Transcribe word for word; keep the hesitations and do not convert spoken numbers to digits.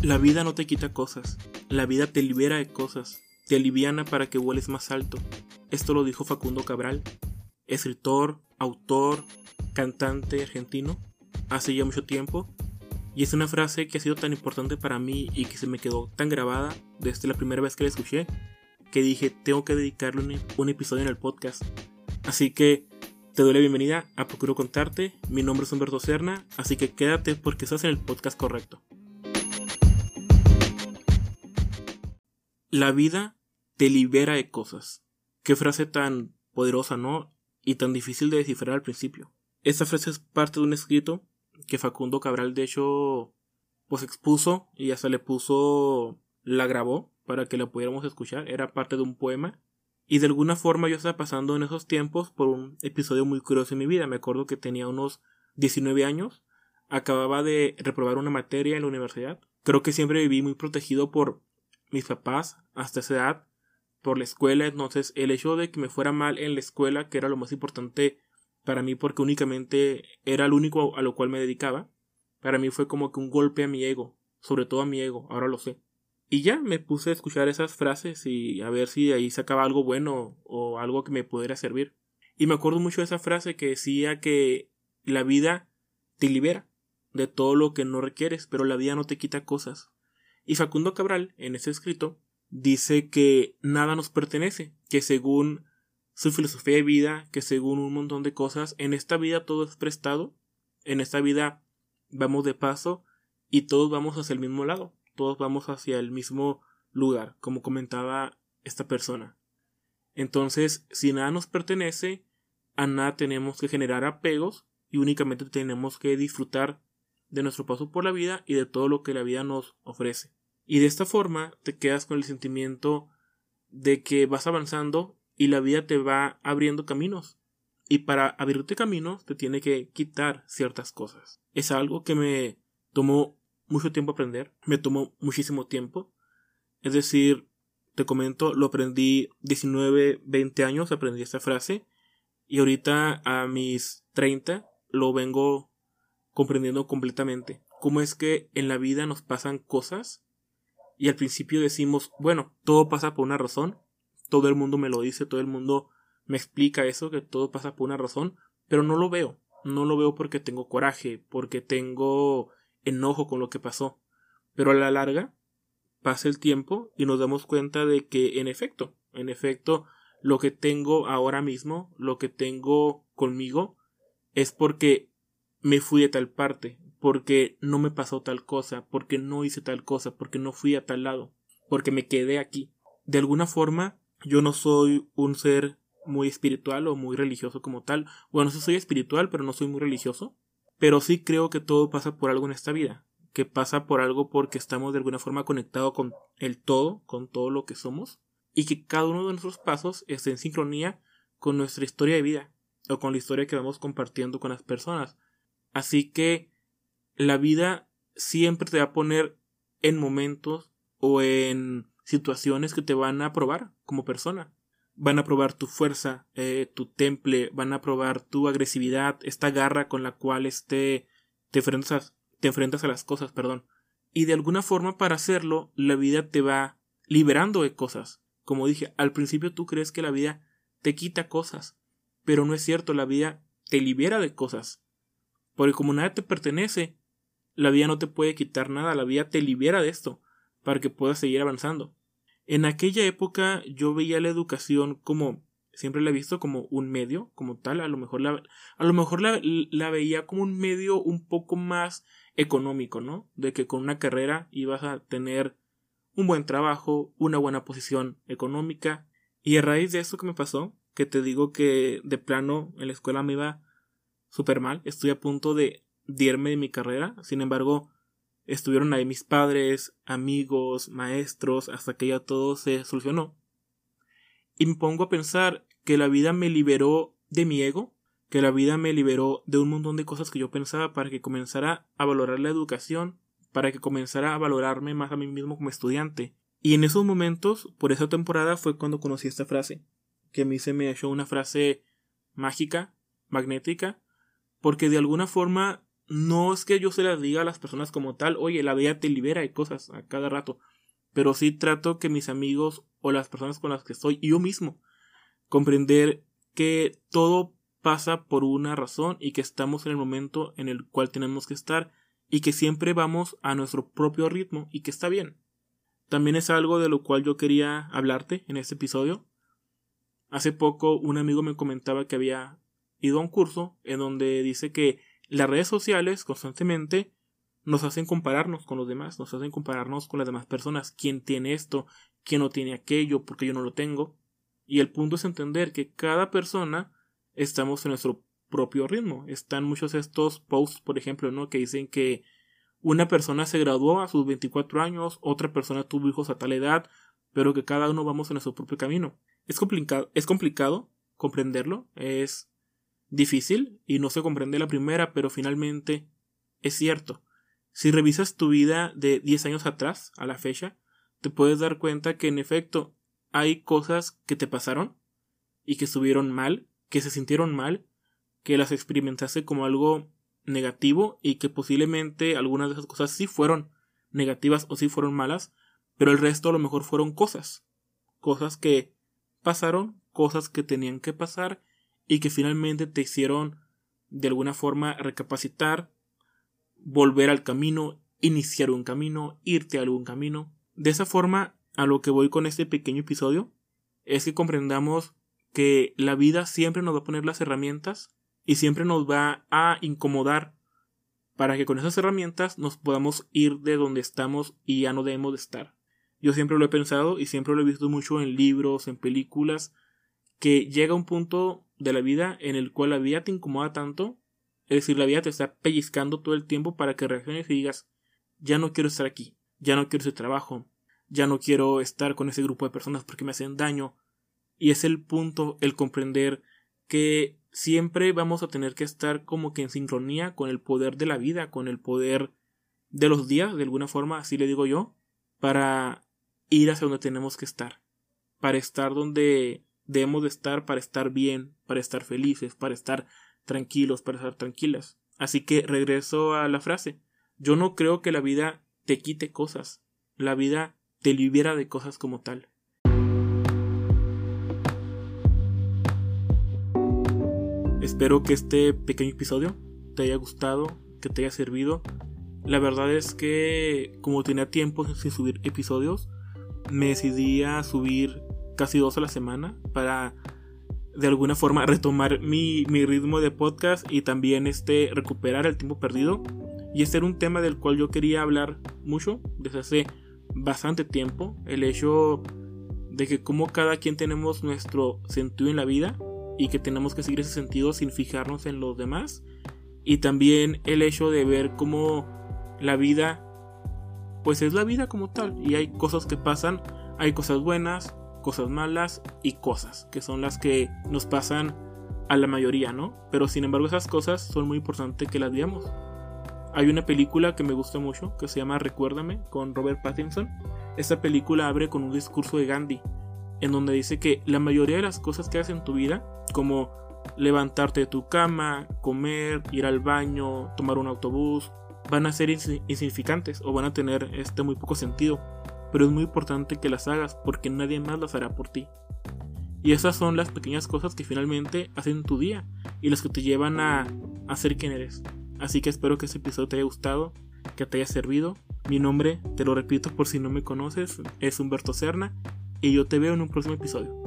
La vida no te quita cosas, la vida te libera de cosas, te aliviana para que vueles más alto. Esto lo dijo Facundo Cabral, escritor, autor, cantante argentino, hace ya mucho tiempo. Y es una frase que ha sido tan importante para mí y que se me quedó tan grabada desde la primera vez que la escuché, que dije, tengo que dedicarle un, un episodio en el podcast. Así que te doy la bienvenida a Procuro Contarte. Mi nombre es Humberto Serna, así que quédate porque estás en el podcast correcto. La vida te libera de cosas. Qué frase tan poderosa, ¿no? Y tan difícil de descifrar al principio. Esta frase es parte de un escrito que Facundo Cabral de hecho pues expuso y hasta le puso, la grabó para que la pudiéramos escuchar. Era parte de un poema. Y de alguna forma yo estaba pasando en esos tiempos por un episodio muy curioso en mi vida. Me acuerdo que tenía unos diecinueve años. Acababa de reprobar una materia en la universidad. Creo que siempre viví muy protegido por mis papás hasta esa edad, por la escuela. Entonces el hecho de que me fuera mal en la escuela, que era lo más importante para mí porque únicamente era lo único a lo cual me dedicaba, para mí fue como que un golpe a mi ego, sobre todo a mi ego, ahora lo sé. Y ya me puse a escuchar esas frases y a ver si de ahí sacaba algo bueno o algo que me pudiera servir. Y me acuerdo mucho de esa frase que decía que la vida te libera de todo lo que no requieres, pero la vida no te quita cosas. Y Facundo Cabral, en ese escrito, dice que nada nos pertenece, que según su filosofía de vida, que según un montón de cosas, en esta vida todo es prestado, en esta vida vamos de paso y todos vamos hacia el mismo lado, todos vamos hacia el mismo lugar, como comentaba esta persona. Entonces, si nada nos pertenece, a nada tenemos que generar apegos y únicamente tenemos que disfrutar de nuestro paso por la vida y de todo lo que la vida nos ofrece. Y de esta forma te quedas con el sentimiento de que vas avanzando y la vida te va abriendo caminos. Y para abrirte caminos te tiene que quitar ciertas cosas. Es algo que me tomó mucho tiempo aprender. Me tomó muchísimo tiempo. Es decir, te comento, lo aprendí diecinueve, veinte años, aprendí esta frase. Y ahorita a mis treinta lo vengo comprendiendo completamente. Cómo es que en la vida nos pasan cosas y al principio decimos, bueno, todo pasa por una razón. Todo el mundo me lo dice, todo el mundo me explica eso, que todo pasa por una razón, pero no lo veo. No lo veo porque tengo coraje, porque tengo enojo con lo que pasó. Pero a la larga pasa el tiempo y nos damos cuenta de que en efecto, en efecto, lo que tengo ahora mismo, lo que tengo conmigo, es porque me fui de tal parte, porque no me pasó tal cosa, porque no hice tal cosa, porque no fui a tal lado, porque me quedé aquí. De alguna forma, yo no soy un ser muy espiritual o muy religioso como tal. Bueno, sí soy espiritual, pero no soy muy religioso. Pero sí creo que todo pasa por algo en esta vida. Que pasa por algo porque estamos de alguna forma conectados con el todo, con todo lo que somos. Y que cada uno de nuestros pasos esté en sincronía con nuestra historia de vida. O con la historia que vamos compartiendo con las personas. Así que la vida siempre te va a poner en momentos o en situaciones que te van a probar como persona. Van a probar tu fuerza, eh, tu temple, van a probar tu agresividad, esta garra con la cual este, te, enfrentas a, te enfrentas a las cosas, perdón. Y de alguna forma para hacerlo, la vida te va liberando de cosas. Como dije, al principio tú crees que la vida te quita cosas, pero no es cierto, la vida te libera de cosas. Porque como nada te pertenece, la vida no te puede quitar nada, la vida te libera de esto, para que puedas seguir avanzando. En aquella época yo veía la educación como, siempre la he visto como un medio, como tal, a lo mejor la, a lo mejor la, la veía como un medio un poco más económico, ¿no? De que con una carrera ibas a tener un buen trabajo, una buena posición económica, y a raíz de eso que me pasó, que te digo que de plano en la escuela me iba súper mal, estoy a punto de, de irme de mi carrera, sin embargo, estuvieron ahí mis padres, amigos, maestros, hasta que ya todo se solucionó. Y me pongo a pensar que la vida me liberó de mi ego, que la vida me liberó de un montón de cosas que yo pensaba para que comenzara a valorar la educación, para que comenzara a valorarme más a mí mismo como estudiante. Y en esos momentos, por esa temporada, fue cuando conocí esta frase, que a mí se me echó una frase mágica, magnética, porque de alguna forma no es que yo se las diga a las personas como tal, oye, la vida te libera de cosas a cada rato, pero sí trato que mis amigos o las personas con las que estoy, y yo mismo, comprender que todo pasa por una razón y que estamos en el momento en el cual tenemos que estar y que siempre vamos a nuestro propio ritmo y que está bien. También es algo de lo cual yo quería hablarte en este episodio. Hace poco un amigo me comentaba que había ido a un curso en donde dice que las redes sociales constantemente nos hacen compararnos con los demás, nos hacen compararnos con las demás personas, quién tiene esto, quién no tiene aquello, porque yo no lo tengo. Y el punto es entender que cada persona estamos en nuestro propio ritmo. Están muchos de estos posts, por ejemplo, ¿no?, que dicen que una persona se graduó a sus veinticuatro años, otra persona tuvo hijos a tal edad, pero que cada uno vamos en nuestro propio camino. Es complicado, es complicado comprenderlo, es difícil y no se comprende la primera, pero finalmente es cierto. Si revisas tu vida de diez años atrás a la fecha, te puedes dar cuenta que en efecto hay cosas que te pasaron y que estuvieron mal, que se sintieron mal, que las experimentaste como algo negativo y que posiblemente algunas de esas cosas sí fueron negativas o sí fueron malas, pero el resto a lo mejor fueron cosas, cosas que pasaron, cosas que tenían que pasar y que finalmente te hicieron de alguna forma recapacitar, volver al camino, iniciar un camino, irte a algún camino. De esa forma, a lo que voy con este pequeño episodio es que comprendamos que la vida siempre nos va a poner las herramientas y siempre nos va a incomodar para que con esas herramientas nos podamos ir de donde estamos y ya no debemos de estar. Yo siempre lo he pensado y siempre lo he visto mucho en libros, en películas, que llega un punto de la vida en el cual la vida te incomoda tanto, es decir, la vida te está pellizcando todo el tiempo para que reacciones y digas, ya no quiero estar aquí, ya no quiero ese trabajo, ya no quiero estar con ese grupo de personas porque me hacen daño. Y es el punto, el comprender que siempre vamos a tener que estar como que en sincronía con el poder de la vida, con el poder de los días, de alguna forma, así le digo yo, para ir hacia donde tenemos que estar, para estar donde debemos de estar, para estar bien, para estar felices, para estar tranquilos, para estar tranquilas. Así que regreso a la frase, yo no creo que la vida te quite cosas, la vida te libera de cosas como tal. Espero que este pequeño episodio te haya gustado, que te haya servido. La verdad es que como tenía tiempo sin subir episodios, me decidí a subir casi dos a la semana para de alguna forma retomar mi, mi ritmo de podcast y también este, recuperar el tiempo perdido. Y este era un tema del cual yo quería hablar mucho desde hace bastante tiempo. El hecho de que como cada quien tenemos nuestro sentido en la vida y que tenemos que seguir ese sentido sin fijarnos en los demás. Y también el hecho de ver cómo la vida pues es la vida como tal y hay cosas que pasan, hay cosas buenas, cosas malas y cosas que son las que nos pasan a la mayoría, ¿no? Pero sin embargo esas cosas son muy importantes que las veamos. Hay una película que me gusta mucho que se llama Recuérdame con Robert Pattinson. Esta película abre con un discurso de Gandhi en donde dice que la mayoría de las cosas que haces en tu vida, como levantarte de tu cama, comer, ir al baño, tomar un autobús, van a ser ins- insignificantes o van a tener este muy poco sentido, pero es muy importante que las hagas porque nadie más las hará por ti. Y esas son las pequeñas cosas que finalmente hacen tu día y las que te llevan a, a ser quien eres. Así que espero que este episodio te haya gustado, que te haya servido. Mi nombre, te lo repito por si no me conoces, es Humberto Serna y yo te veo en un próximo episodio.